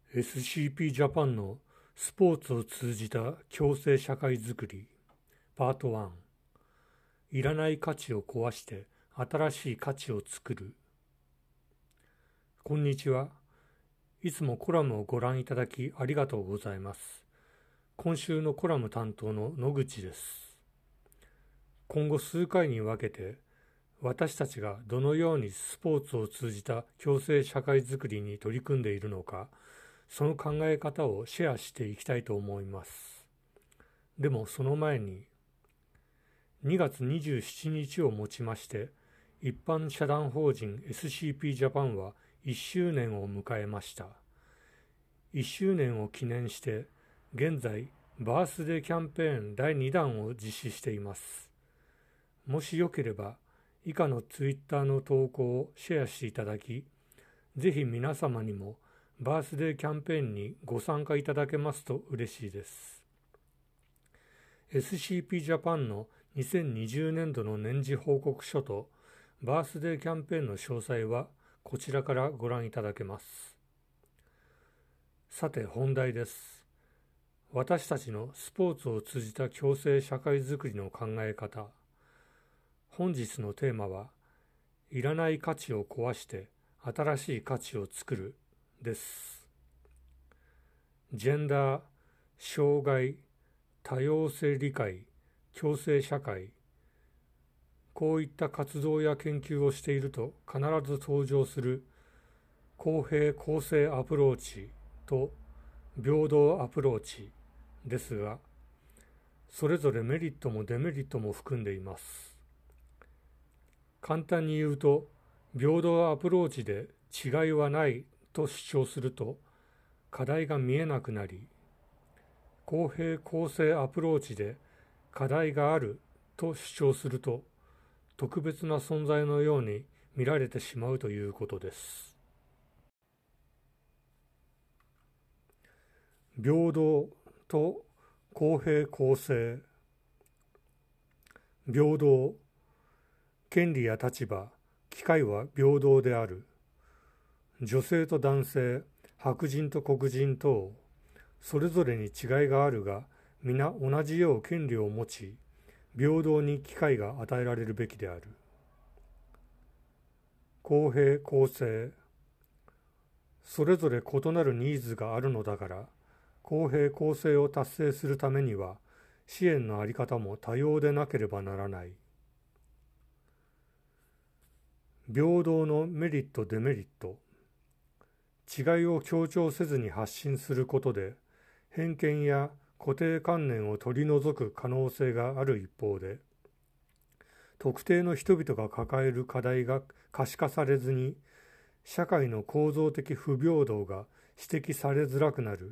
SCP ジャパンのスポーツを通じた共生社会づくりパート1。いらない価値を壊して新しい価値を作る。こんにちは。いつもコラムをご覧いただきありがとうございます。今週のコラム担当の野口です。今後数回に分けて私たちがどのようにスポーツを通じた共生社会づくりに取り組んでいるのか、その考え方をシェアしていきたいと思います。でもその前に、2月27日をもちまして、一般社団法人 SCP ジャパンは1周年を迎えました。1周年を記念して、現在、バースデーキャンペーン第2弾を実施しています。もしよければ、以下のツイッターの投稿をシェアしていただき、ぜひ皆様にもバースデーキャンペーンにご参加いただけますと嬉しいです。SCP ジャパンの2020年度の年次報告書とバースデーキャンペーンの詳細はこちらからご覧いただけます。さて本題です。私たちのスポーツを通じた共生社会づくりの考え方。本日のテーマは、いらない価値を壊して新しい価値を作るです。ジェンダー、障害、多様性理解、共生社会、こういった活動や研究をしていると必ず登場する公平公正アプローチと平等アプローチですが、それぞれメリットもデメリットも含んでいます。簡単に言うと、平等アプローチで違いはないと主張すると課題が見えなくなり、公平公正アプローチで課題があると主張すると特別な存在のように見られてしまうということです。平等と公平公正。平等、権利や立場、機会は平等である。女性と男性、白人と黒人等、それぞれに違いがあるが、皆同じよう権利を持ち、平等に機会が与えられるべきである。公平公正、それぞれ異なるニーズがあるのだから、公平公正を達成するためには、支援のあり方も多様でなければならない。平等のメリット・デメリット。違いを強調せずに発信することで、偏見や固定観念を取り除く可能性がある一方で、特定の人々が抱える課題が可視化されずに、社会の構造的不平等が指摘されづらくなる。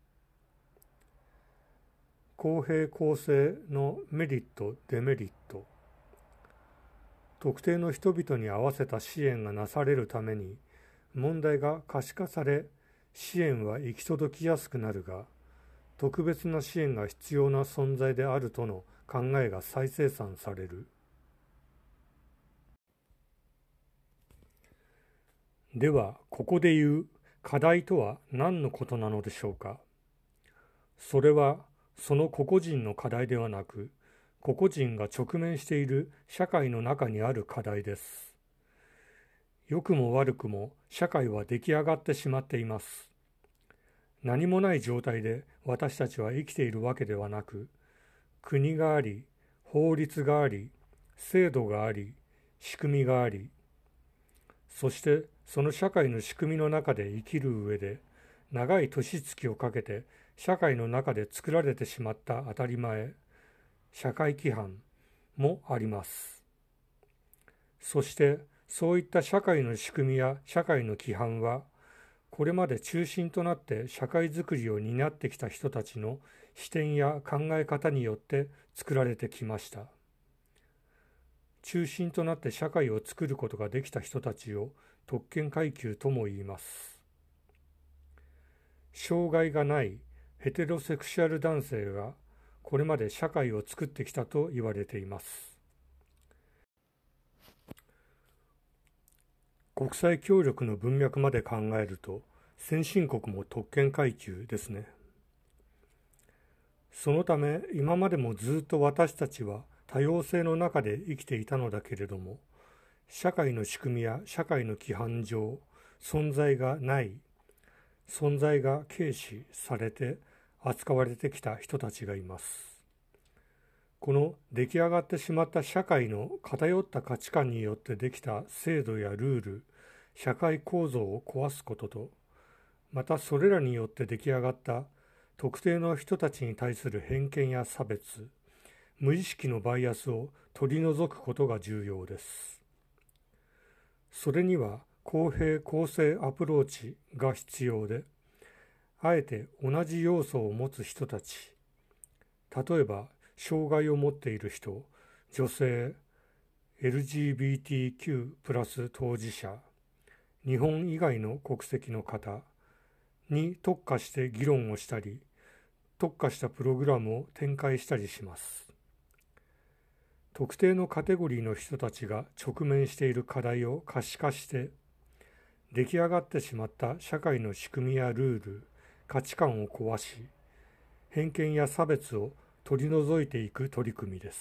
公平公正のメリット・デメリット。特定の人々に合わせた支援がなされるために、問題が可視化され、支援は行き届きやすくなるが、特別な支援が必要な存在であるとの考えが再生産される。では、ここで言う課題とは何のことなのでしょうか。それは、その個々人の課題ではなく、個々人が直面している社会の中にある課題です。良くも悪くも社会は出来上がってしまっています。何もない状態で私たちは生きているわけではなく、国があり、法律があり、制度があり、仕組みがあり、そしてその社会の仕組みの中で生きる上で、長い年月をかけて社会の中で作られてしまった当たり前、社会規範もあります。そしてそういった社会の仕組みや社会の規範は、これまで中心となって社会づくりを担ってきた人たちの視点や考え方によって作られてきました。中心となって社会を作ることができた人たちを特権階級とも言います。障害がないヘテロセクシャル男性がこれまで社会を作ってきたと言われています。国際協力の文脈まで考えると、 先進国も特権階級ですね。そのため今までもずっと私たちは多様性の中で生きていたのだけれども、社会の仕組みや社会の規範上、存在がない、存在が軽視されて扱われてきた人たちがいます。この出来上がってしまった社会の偏った価値観によってできた制度やルール、社会構造を壊すことと、またそれらによって出来上がった特定の人たちに対する偏見や差別、無意識のバイアスを取り除くことが重要です。それには公平公正アプローチが必要で、あえて同じ要素を持つ人たち、例えば障害を持っている人、女性、LGBTQ+ 当事者、日本以外の国籍の方に特化して議論をしたり、特化したプログラムを展開したりします。特定のカテゴリーの人たちが直面している課題を可視化して、出来上がってしまった社会の仕組みやルール、価値観を壊し、偏見や差別を取り除いていく取り組みです。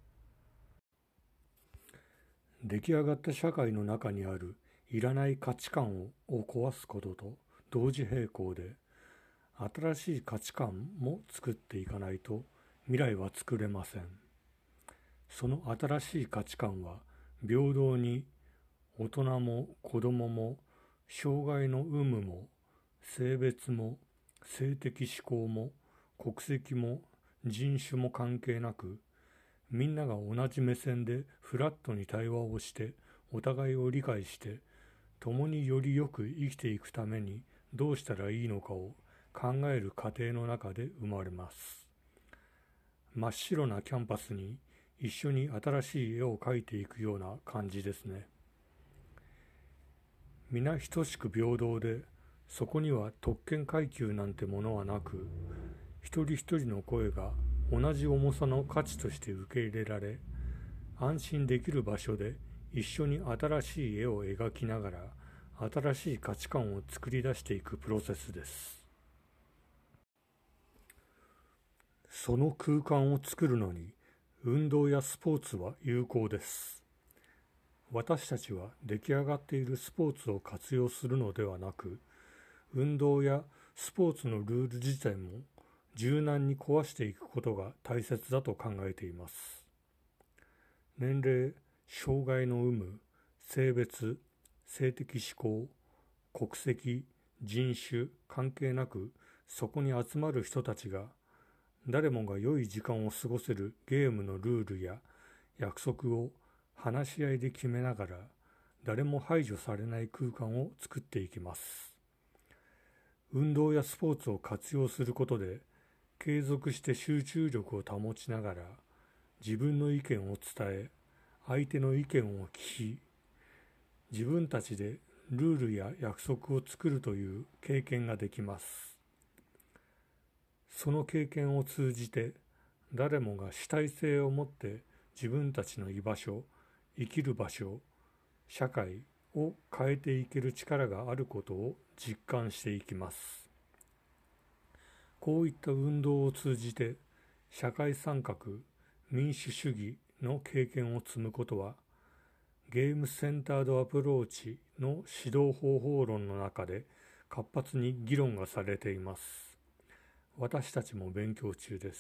出来上がった社会の中にあるいらない価値観を壊すことと同時並行で、新しい価値観も作っていかないと未来は作れません。その新しい価値観は平等に大人も子供も障害の有無も性別も性的指向も国籍も人種も関係なく、みんなが同じ目線でフラットに対話をしてお互いを理解して共によりよく生きていくためにどうしたらいいのかを考える過程の中で生まれます。真っ白なキャンパスに一緒に新しい絵を描いていくような感じですね。皆等しく平等で、そこには特権階級なんてものはなく、一人一人の声が同じ重さの価値として受け入れられ、安心できる場所で一緒に新しい絵を描きながら新しい価値観を作り出していくプロセスです。その空間を作るのに運動やスポーツは有効です。私たちは出来上がっているスポーツを活用するのではなく、運動やスポーツのルール自体も柔軟に壊していくことが大切だと考えています。年齢、障害の有無、性別、性的指向、国籍、人種関係なく、そこに集まる人たちが誰もが良い時間を過ごせるゲームのルールや約束を話し合いで決めながら、誰も排除されない空間を作っていきます。運動やスポーツを活用することで、継続して集中力を保ちながら自分の意見を伝え、相手の意見を聞き、自分たちでルールや約束を作るという経験ができます。その経験を通じて、誰もが主体性を持って自分たちの居場所、生きる場所、社会を変えていける力があることを実感していきます。こういった運動を通じて社会参画、民主主義の経験を積むことは、ゲームセンタードアプローチの指導方法論の中で活発に議論がされています。私たちも勉強中です。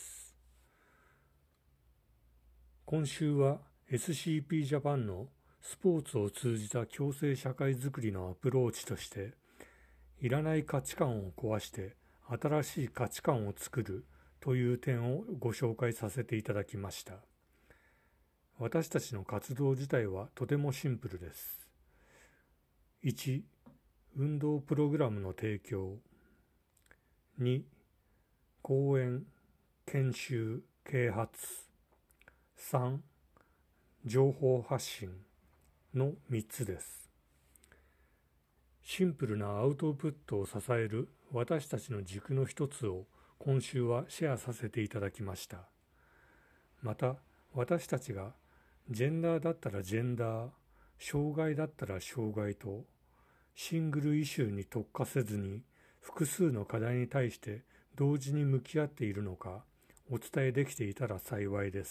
今週は SCP ジャパンのスポーツを通じた共生社会づくりのアプローチとして、いらない価値観を壊して新しい価値観を作るという点をご紹介させていただきました。私たちの活動自体はとてもシンプルです。1、運動プログラムの提供。2、講演、研修、啓発。3、情報発信の3つです。シンプルなアウトプットを支える私たちの軸の一つを今週はシェアさせていただきました。また、私たちがジェンダーだったらジェンダー、障害だったら障害と、 シングルイシューに特化せずに複数の課題に対して同時に向き合っているのかお伝えできていたら幸いです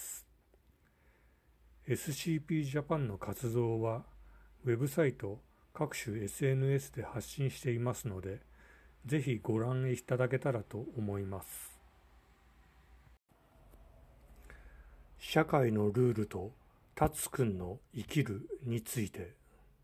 。SCP ジャパンの活動はウェブサイト、各種 SNS で発信していますので、ぜひご覧いただけたらと思います。社会のルールとタツくんの生きるについて。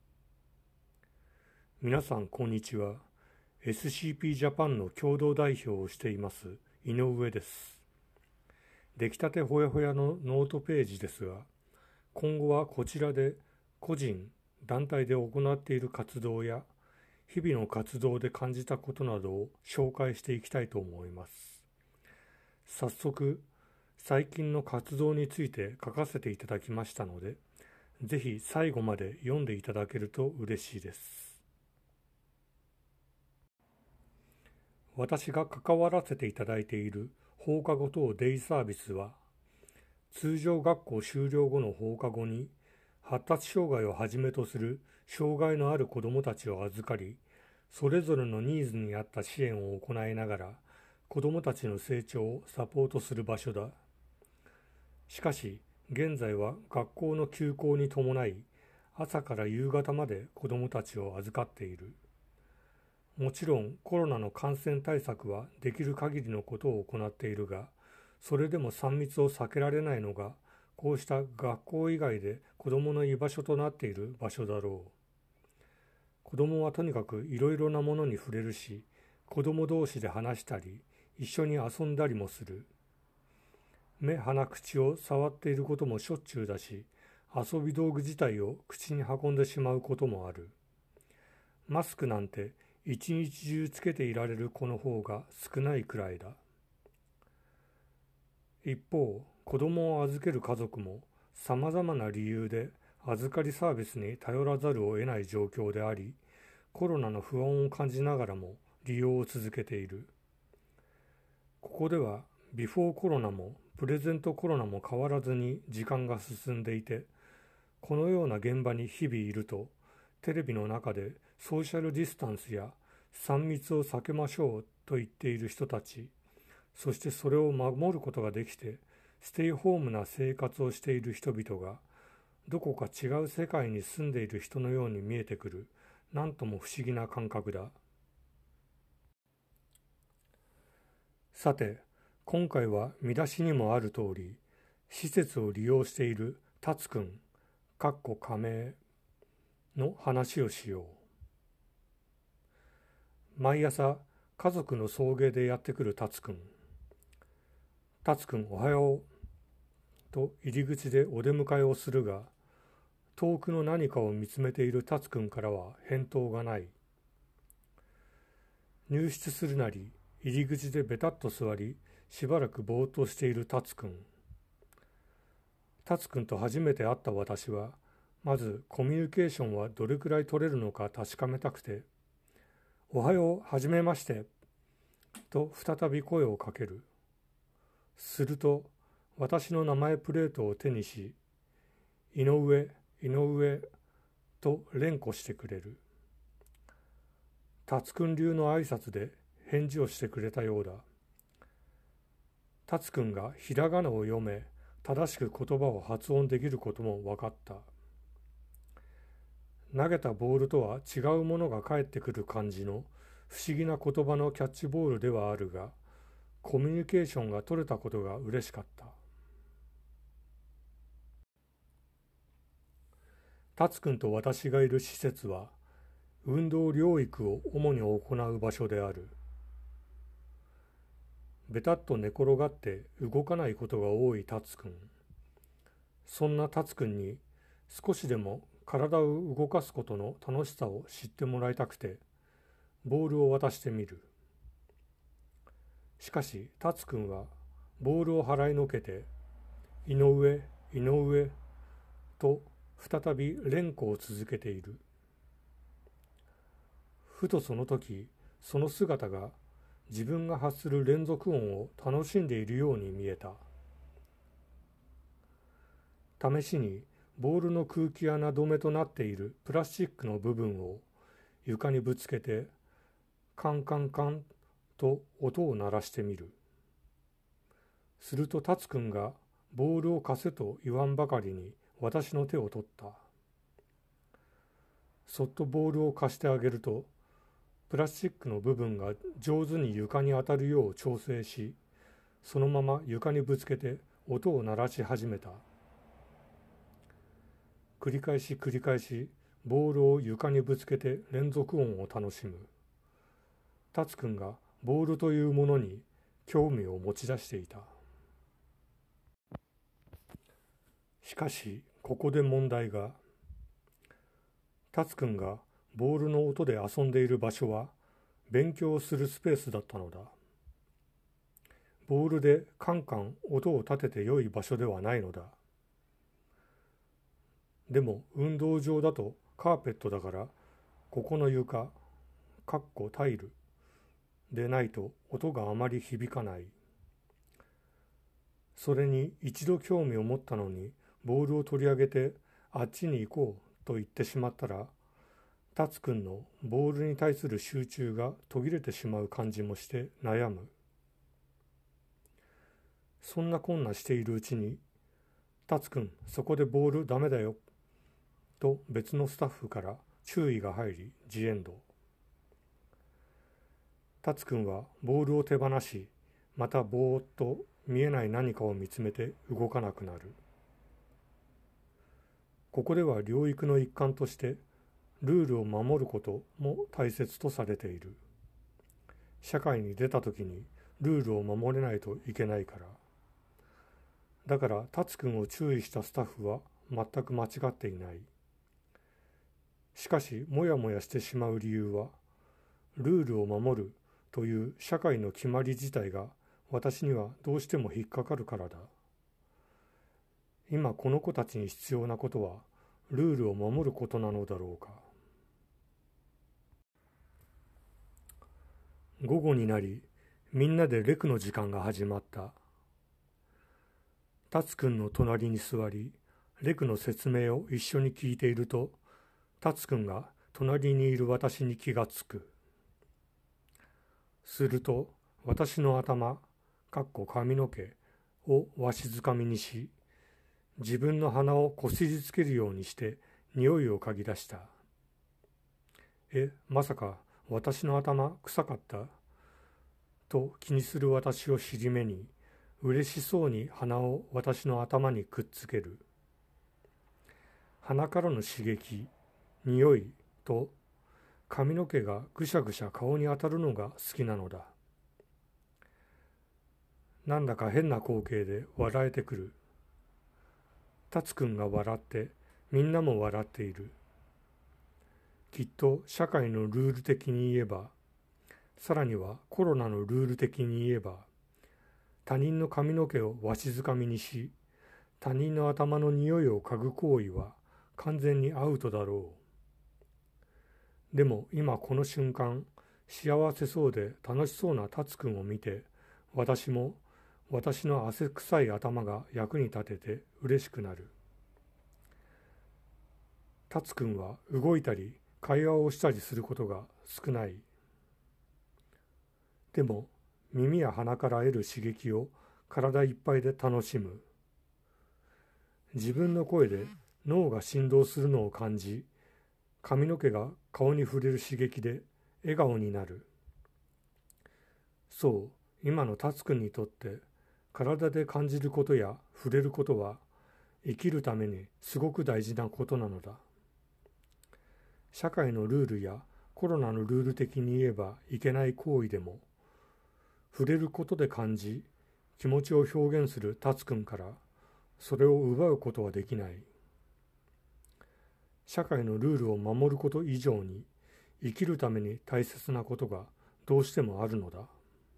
皆さんこんにちは。SCP ジャパンの共同代表をしています井上です。出来たてほやほやのノートページですが、今後はこちらで個人、団体で行っている活動や日々の活動で感じたことなどを紹介していきたいと思います。早速、最近の活動について書かせていただきましたので、ぜひ最後まで読んでいただけると嬉しいです。私が関わらせていただいている放課後等デイサービスは、通常学校終了後の放課後に発達障害をはじめとする障害のある子どもたちを預かり、それぞれのニーズに合った支援を行いながら子どもたちの成長をサポートする場所だ。しかし現在は学校の休校に伴い朝から夕方まで子どもたちを預かっている。もちろんコロナの感染対策はできる限りのことを行っているが、それでも3密を避けられないのがこうした学校以外で子どもの居場所となっている場所だろう。子どもはとにかくいろいろなものに触れるし、子ども同士で話したり一緒に遊んだりもする。目、鼻、口を触っていることもしょっちゅうだし、遊び道具自体を口に運んでしまうこともある。マスクなんて一日中つけていられる子の方が少ないくらいだ。一方、子供を預ける家族もさまざまな理由で預かりサービスに頼らざるを得ない状況であり、コロナの不安を感じながらも利用を続けている。ここではビフォーコロナもプレゼントコロナも変わらずに時間が進んでいて、このような現場に日々いると、テレビの中でソーシャルディスタンスや3密を避けましょうと言っている人たち、そしてそれを守ることができてステイホームな生活をしている人々がどこか違う世界に住んでいる人のように見えてくる、なんとも不思議な感覚だ。さて、今回は見出しにもある通り、施設を利用しているタツくん（加盟）の話をしよう。毎朝家族の送迎でやってくるタツくん。タツくんおはようと入り口でお出迎えをするが、遠くの何かを見つめているタツくんからは返答がない。入室するなり入り口でベタっと座り、しばらくぼーっとしているタツくん。タツくんと初めて会った私は、まずコミュニケーションはどれくらい取れるのか確かめたくて、おはよう、はじめまして、と再び声をかける。すると、私の名前プレートを手にし、井上と連呼してくれる。タツくん流の挨拶で返事をしてくれたようだ。タツくんがひらがなを読め、正しく言葉を発音できることも分かった。投げたボールとは違うものが返ってくる感じの不思議な言葉のキャッチボールではあるが、コミュニケーションが取れたことが嬉しかった。タツくんと私がいる施設は、運動療育を主に行う場所である。ベタっと寝転がって動かないことが多いタツくん。そんなタツくんに少しでも体を動かすことの楽しさを知ってもらいたくて、ボールを渡してみる。しかしタツくんはボールを払いのけて、井上と再び連呼を続けている。ふとその時、その姿が自分が発する連続音を楽しんでいるように見えた。試しにボールの空気穴止めとなっているプラスチックの部分を床にぶつけてカンカンカンと音を鳴らしてみる。するとタツくんがボールを貸せと言わんばかりに私の手を取った。そっとボールを貸してあげると、プラスチックの部分が上手に床に当たるよう調整し、そのまま床にぶつけて音を鳴らし始めた。繰り返し繰り返しボールを床にぶつけて連続音を楽しむ。タツくんがボールというものに興味を持ち出していた。しかしここで問題が。タツくんがボールの音で遊んでいる場所は勉強するスペースだったのだ。ボールでカンカン音を立てて良い場所ではないのだ。でも運動場だとカーペットだから、ここの床、タイルでないと音があまり響かない。それに一度興味を持ったのにボールを取り上げてあっちに行こうと言ってしまったら、タツくんのボールに対する集中が途切れてしまう感じもして悩む。そんなこんなしているうちに、タツくん、そこでボールダメだよと別のスタッフから注意が入り、ジエンド。タツくんはボールを手放し、またぼーっと見えない何かを見つめて動かなくなる。ここでは療育の一環としてルールを守ることも大切とされている。社会に出た時にルールを守れないといけないから。だからタツくんを注意したスタッフは全く間違っていない。しかしもやもやしてしまう理由は、ルールを守るという社会の決まり自体が私にはどうしても引っかかるからだ。今この子たちに必要なことはルールを守ることなのだろうか。午後になり、みんなでレクの時間が始まった。タツくんの隣に座り、レクの説明を一緒に聞いていると、タツくんが隣にいる私に気がつく。すると、私の頭、髪の毛をわしづかみにし、自分の鼻をこすりつけるようにして匂いを嗅ぎ出した。まさか私の頭臭かった？と気にする私を尻目に、嬉しそうに鼻を私の頭にくっつける。鼻からの刺激、匂いと髪の毛がぐしゃぐしゃ顔に当たるのが好きなのだ。なんだか変な光景で笑えてくる。タツくんが笑ってみんなも笑っている。きっと社会のルール的に言えば、さらにはコロナのルール的に言えば、他人の髪の毛をわしづかみにし、他人の頭の匂いを嗅ぐ行為は完全にアウトだろう。でも今この瞬間、幸せそうで楽しそうなタツくんを見て、私も私の汗臭い頭が役に立てて嬉しくなる。タツくんは動いたり会話をしたりすることが少ない。でも耳や鼻から得る刺激を体いっぱいで楽しむ。自分の声で脳が振動するのを感じ、髪の毛が顔に触れる刺激で笑顔になる。そう、今のタツくんにとって体で感じることや触れることは生きるためにすごく大事なことなのだ。社会のルールやコロナのルール的に言えばいけない行為でも、触れることで感じ、気持ちを表現するタツくんからそれを奪うことはできない。社会のルールを守ること以上に生きるために大切なことがどうしてもあるのだ。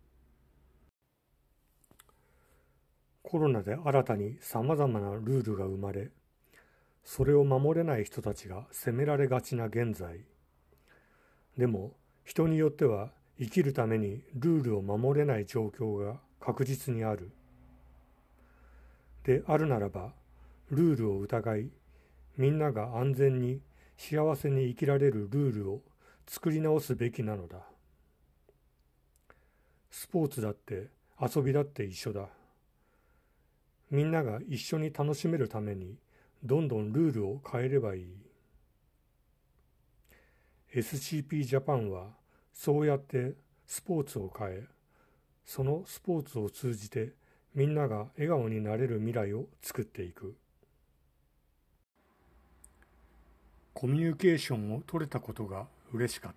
コロナで新たにさまざまなルールが生まれ、それを守れない人たちが責められがちな現在。でも人によっては生きるためにルールを守れない状況が確実にある。であるならば、ルールを疑い、みんなが安全に幸せに生きられるルールを作り直すべきなのだ。スポーツだって遊びだって一緒だ。みんなが一緒に楽しめるためにどんどんルールを変えればいい。SCP ジャパンはそうやってスポーツを変え、そのスポーツを通じてみんなが笑顔になれる未来を作っていく。コミュニケーションを取れたことが嬉しかった。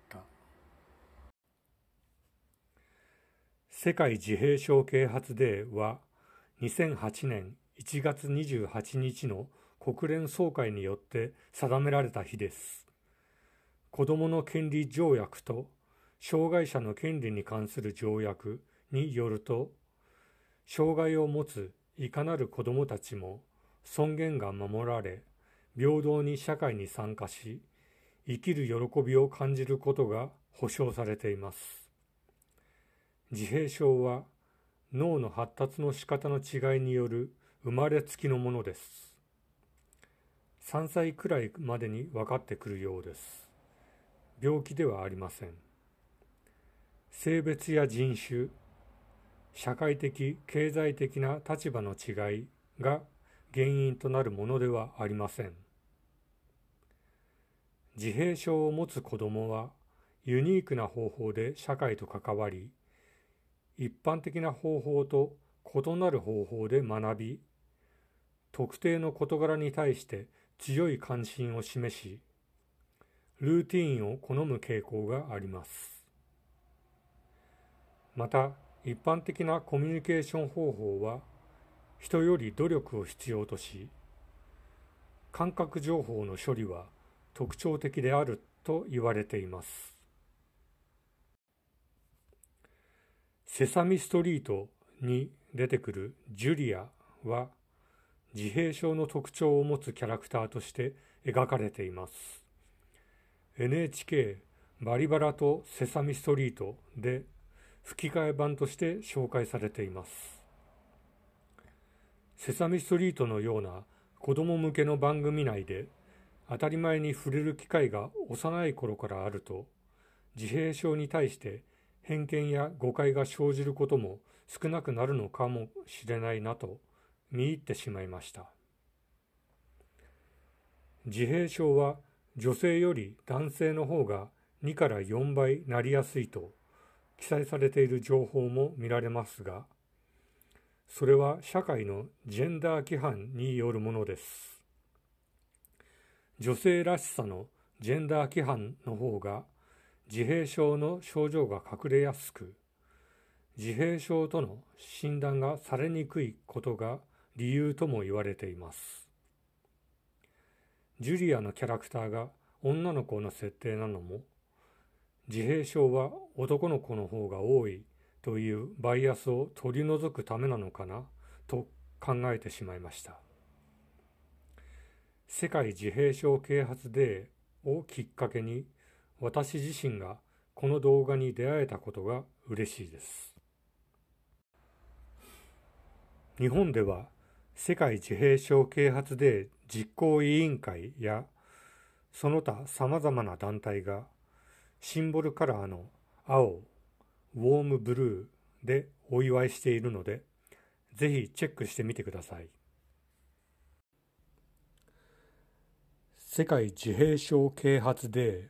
世界自閉症啓発デーは2008年1月28日の国連総会によって定められた日です。子どもの権利条約と障害者の権利に関する条約によると、障害を持ついかなる子どもたちも尊厳が守られ、平等に社会に参加し、生きる喜びを感じることが保障されています。自閉症は脳の発達の仕方の違いによる生まれつきのものです。3歳くらいまでに分かってくるようです。病気ではありません。性別や人種、社会的・経済的な立場の違いが原因となるものではありません。自閉症を持つ子どもはユニークな方法で社会と関わり、一般的な方法と異なる方法で学び、特定の事柄に対して強い関心を示し、ルーティーンを好む傾向があります。また、一般的なコミュニケーション方法は、人より努力を必要とし、感覚情報の処理は特徴的であると言われています。セサミストリートに出てくるジュリアは、自閉症の特徴を持つキャラクターとして描かれています。NHK バリバラとセサミストリートで吹き替え版として紹介されています。セサミストリートのような子供向けの番組内で当たり前に触れる機会が幼い頃からあると、自閉症に対して偏見や誤解が生じることも少なくなるのかもしれないなと見入ってしまいました。自閉症は女性より男性の方が2から4倍なりやすいと記載されている情報も見られますが、それは社会のジェンダー規範によるものです。女性らしさのジェンダー規範の方が自閉症の症状が隠れやすく、自閉症との診断がされにくいことが理由とも言われています。ジュリアのキャラクターが女の子の設定なのも、自閉症は男の子の方が多いというバイアスを取り除くためなのかなと考えてしまいました。世界自閉症啓発デーをきっかけに、私自身がこの動画に出会えたことが嬉しいです。日本では世界自閉症啓発デー実行委員会やその他さまざまな団体がシンボルカラーの青、ウォームブルーでお祝いしているので、ぜひチェックしてみてください。世界自閉症啓発デー。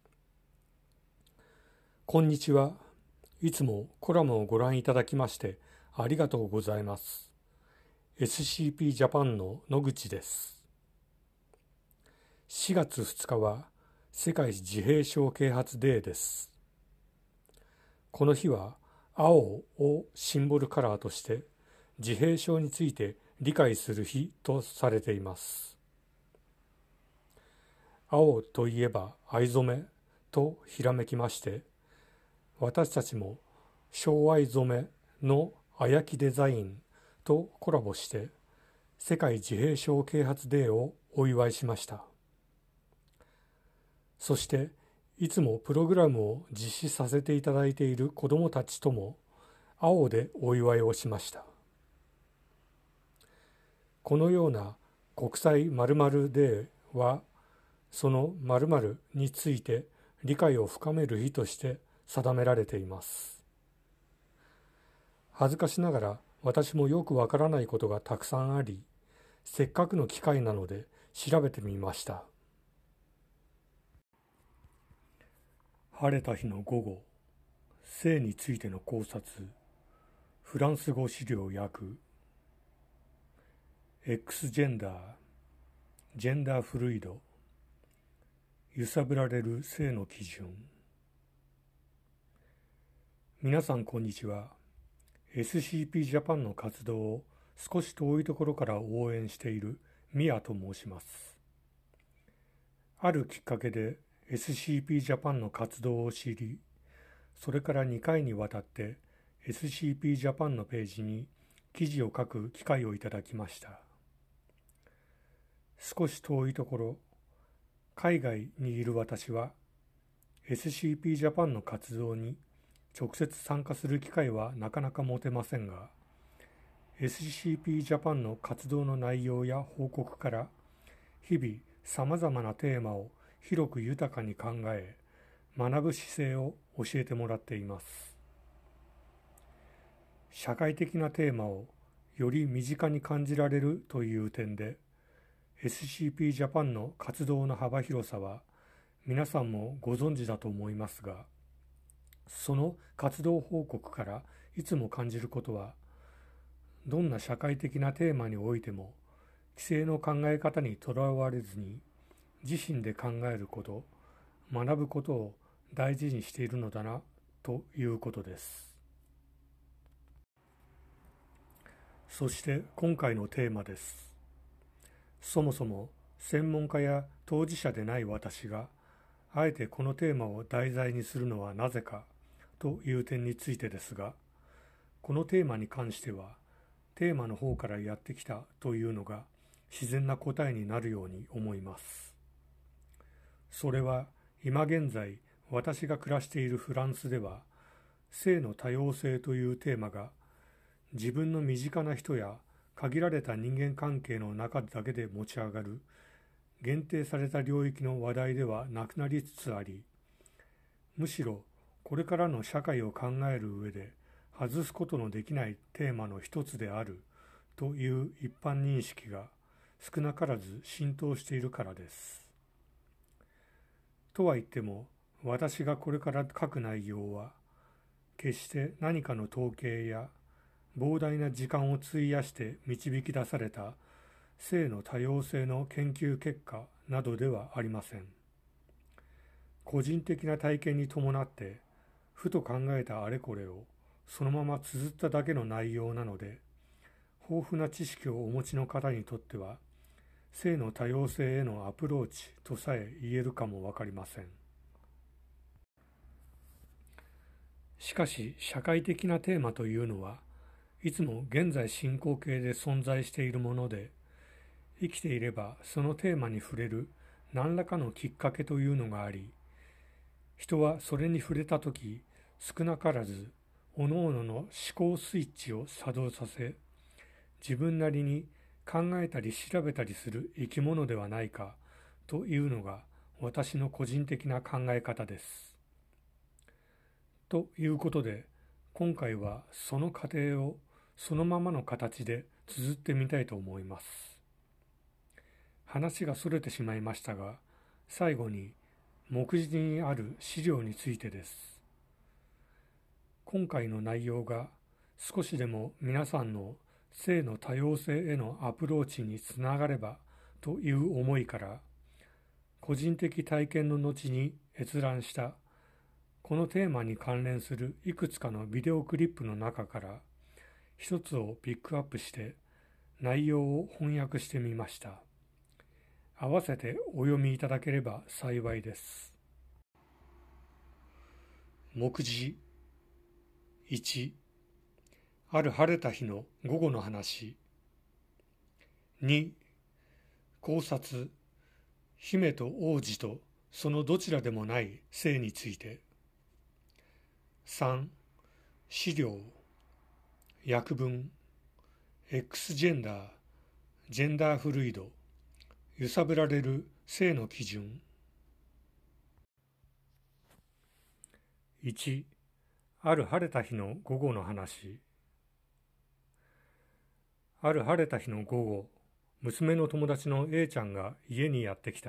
こんにちは。いつもコラムをご覧いただきましてありがとうございます。SCP ジャパンの野口です。4月2日は世界自閉症啓発デーです。この日は青をシンボルカラーとして自閉症について理解する日とされています。青といえば藍染めとひらめきまして、私たちも昭藍染めのあやきデザインとコラボして世界自閉症啓発デーをお祝いしました。そしていつもプログラムを実施させていただいている子どもたちとも青でお祝いをしました。このような国際〇〇デーはその〇〇について理解を深める日として定められています。恥ずかしながら私もよくわからないことがたくさんあり、せっかくの機会なので調べてみました。晴れた日の午後、性についての考察、フランス語資料訳、X ジェンダー、ジェンダーフルイド、揺さぶられる性の基準。皆さんこんにちは。SCP ジャパンの活動を少し遠いところから応援しているミヤと申します。あるきっかけでSCP ジャパンの活動を知り、それから2回にわたって SCP ジャパンのページに記事を書く機会をいただきました。少し遠いところ、海外にいる私は SCP ジャパンの活動に直接参加する機会はなかなか持てませんが、SCP ジャパンの活動の内容や報告から日々さまざまなテーマを広く豊かに考え、学ぶ姿勢を教えてもらっています。社会的なテーマをより身近に感じられるという点で、SCP ジャパンの活動の幅広さは皆さんもご存知だと思いますが、その活動報告からいつも感じることは、どんな社会的なテーマにおいても、既成の考え方にとらわれずに、自身で考えること、学ぶことを大事にしているのだな、ということです。そして今回のテーマです。そもそも専門家や当事者でない私が、あえてこのテーマを題材にするのはなぜかという点についてですが、このテーマに関しては、テーマの方からやってきたというのが自然な答えになるように思います。それは今現在私が暮らしているフランスでは、性の多様性というテーマが自分の身近な人や限られた人間関係の中だけで持ち上がる限定された領域の話題ではなくなりつつあり、むしろこれからの社会を考える上で外すことのできないテーマの一つであるという一般認識が少なからず浸透しているからです。とは言っても、私がこれから書く内容は、決して何かの統計や膨大な時間を費やして導き出された性の多様性の研究結果などではありません。個人的な体験に伴って、ふと考えたあれこれをそのまま綴っただけの内容なので、豊富な知識をお持ちの方にとっては、性の多様性へのアプローチとさえ言えるかもわかりません。しかし、社会的なテーマというのは、いつも現在進行形で存在しているもので、生きていればそのテーマに触れる何らかのきっかけというのがあり、人はそれに触れたとき、少なからず、各々の思考スイッチを作動させ、自分なりに考えたり調べたりする生き物ではないかというのが私の個人的な考え方です。ということで、今回はその過程をそのままの形で綴ってみたいと思います。話がそれてしまいましたが、最後に目次にある資料についてです。今回の内容が少しでも皆さんの性の多様性へのアプローチにつながればという思いから、個人的体験の後に閲覧したこのテーマに関連するいくつかのビデオクリップの中から一つをピックアップして内容を翻訳してみました。合わせてお読みいただければ幸いです。目次1、ある晴れた日の午後の話。2、考察、姫と王子とそのどちらでもない性について。3、資料、訳文、X ジェンダー、ジェンダーフルイド、揺さぶられる性の基準。 1、ある晴れた日の午後の話。ある晴れた日の午後、娘の友達の A ちゃんが家にやってきた。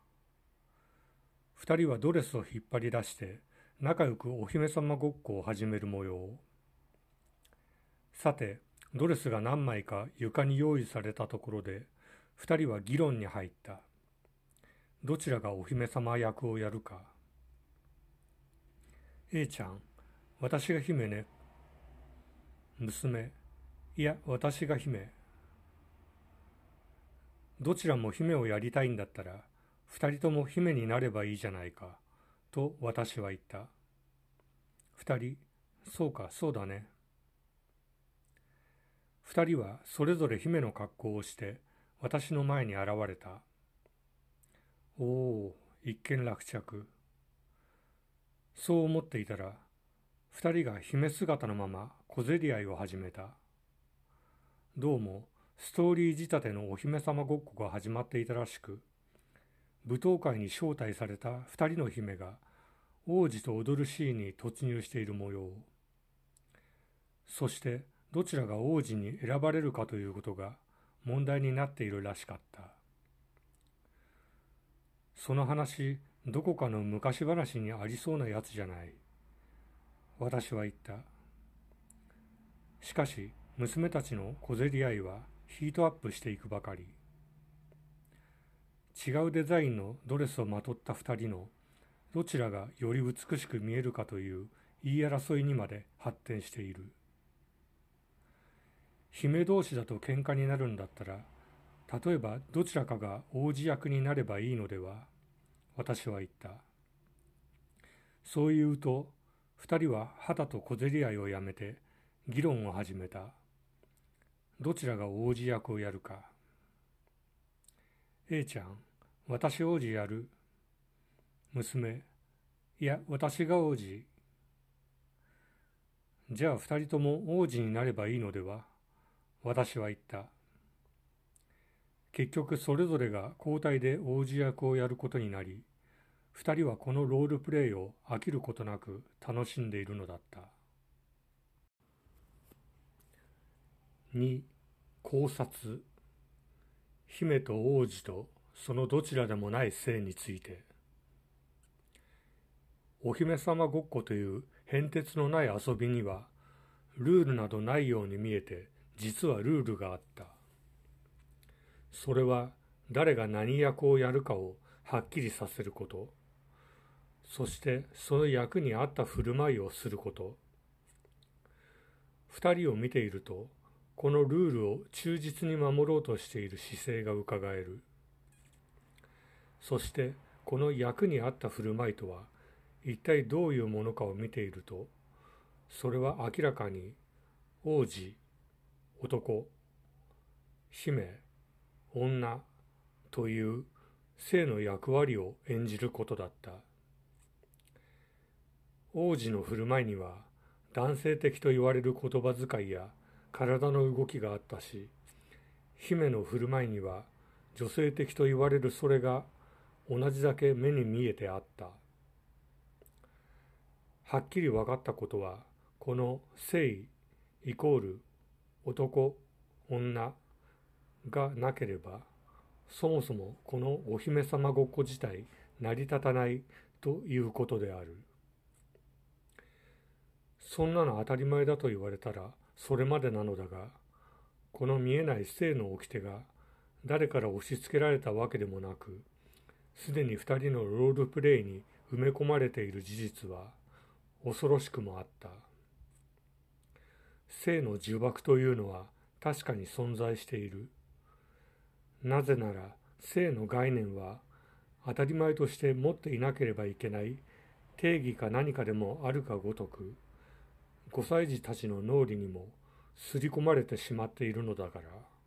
二人はドレスを引っ張り出して仲良くお姫様ごっこを始める模様。さて、ドレスが何枚か床に用意されたところで、二人は議論に入った。どちらがお姫様役をやるか。A ちゃん、私が姫ね。娘、いや、私が姫。どちらも姫をやりたいんだったら、二人とも姫になればいいじゃないか、と私は言った。二人、そうか、そうだね。二人はそれぞれ姫の格好をして私の前に現れた。おお、一件落着。そう思っていたら、二人が姫姿のまま小競り合いを始めた。どうもストーリー仕立てのお姫様ごっこが始まっていたらしく、舞踏会に招待された二人の姫が王子と踊るシーンに突入している模様。そしてどちらが王子に選ばれるかということが問題になっているらしかった。その話、どこかの昔話にありそうなやつじゃない。私は言った。しかし、娘たちの小競り合いはヒートアップしていくばかり。違うデザインのドレスをまとった二人のどちらがより美しく見えるかという言い争いにまで発展している。姫同士だと喧嘩になるんだったら、例えばどちらかが王子役になればいいのでは。私は言った。そう言うと、二人は肌と小競り合いをやめて議論を始めた。どちらが王子役をやるか。A ちゃん、私王子やる。娘、いや、私が王子。じゃあ二人とも王子になればいいのでは。私は言った。結局それぞれが交代で王子役をやることになり、二人はこのロールプレイを飽きることなく楽しんでいるのだった。2、考察。姫と王子とそのどちらでもない性について。お姫様ごっこという変哲のない遊びにはルールなどないように見えて、実はルールがあった。それは誰が何役をやるかをはっきりさせること、そしてその役に合った振る舞いをすること。二人を見ていると、このルールを忠実に守ろうとしている姿勢がうかがえる。そしてこの役に合った振る舞いとは一体どういうものかを見ていると、それは明らかに王子、男、姫、女という性の役割を演じることだった。王子の振る舞いには男性的と言われる言葉遣いや体の動きがあったし、姫の振る舞いには女性的と言われるそれが同じだけ目に見えてあった。はっきり分かったことは、この性イコール男、女がなければ、そもそもこのお姫様ごっこ自体成り立たないということである。そんなの当たり前だと言われたらそれまでなのだが、この見えない性の掟が誰から押し付けられたわけでもなく、すでに二人のロールプレイに埋め込まれている事実は恐ろしくもあった。性の呪縛というのは確かに存在している。なぜなら性の概念は当たり前として持っていなければいけない定義か何かでもあるかごとく、5歳児たちの脳裏にも刷り込まれてしまっているのだから。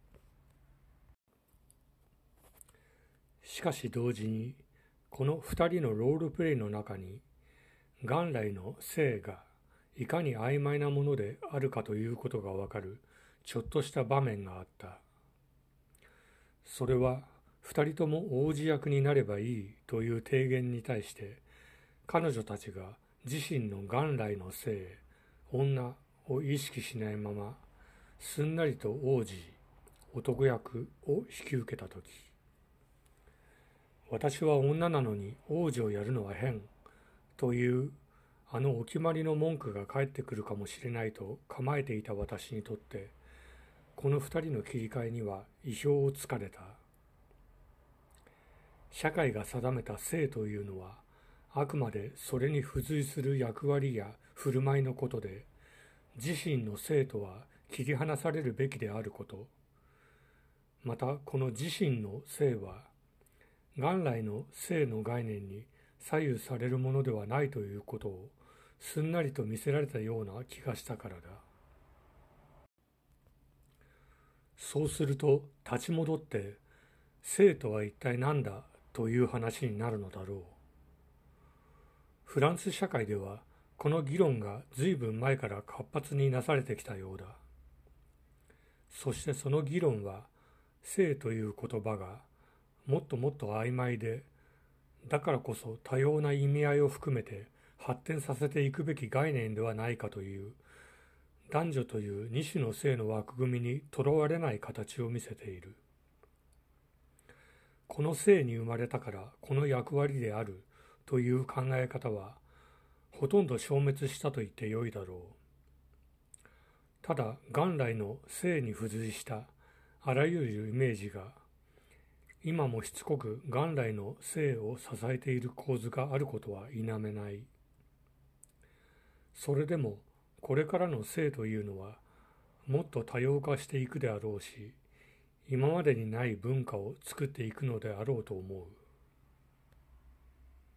しかし同時に、この二人のロールプレイの中に、元来の性がいかに曖昧なものであるかということがわかるちょっとした場面があった。それは二人とも王子役になればいいという提言に対して、彼女たちが自身の元来の性、女を意識しないまま、すんなりと王子、男役を引き受けたとき、私は女なのに王子をやるのは変というあのお決まりの文句が返ってくるかもしれないと構えていた私にとって、この二人の切り替えには意表をつかれた。社会が定めた性というのは、あくまでそれに付随する役割や振る舞いのことで、自身の性とは切り離されるべきであること、またこの自身の性は、元来の性の概念に左右されるものではないということをすんなりと見せられたような気がしたからだ。そうすると立ち戻って性とは一体何だという話になるのだろう。フランス社会ではこの議論が随分前から活発になされてきたようだ。そしてその議論は性という言葉がもっともっと曖昧で、だからこそ多様な意味合いを含めて発展させていくべき概念ではないかという、男女という二種の性の枠組みにとらわれない形を見せている。この性に生まれたからこの役割であるという考え方は、ほとんど消滅したと言ってよいだろう。ただ元来の性に付随したあらゆるイメージが、今もしつこく元来の性を支えている構図があることは否めない。それでもこれからの性というのはもっと多様化していくであろうし、今までにない文化を作っていくのであろうと思う。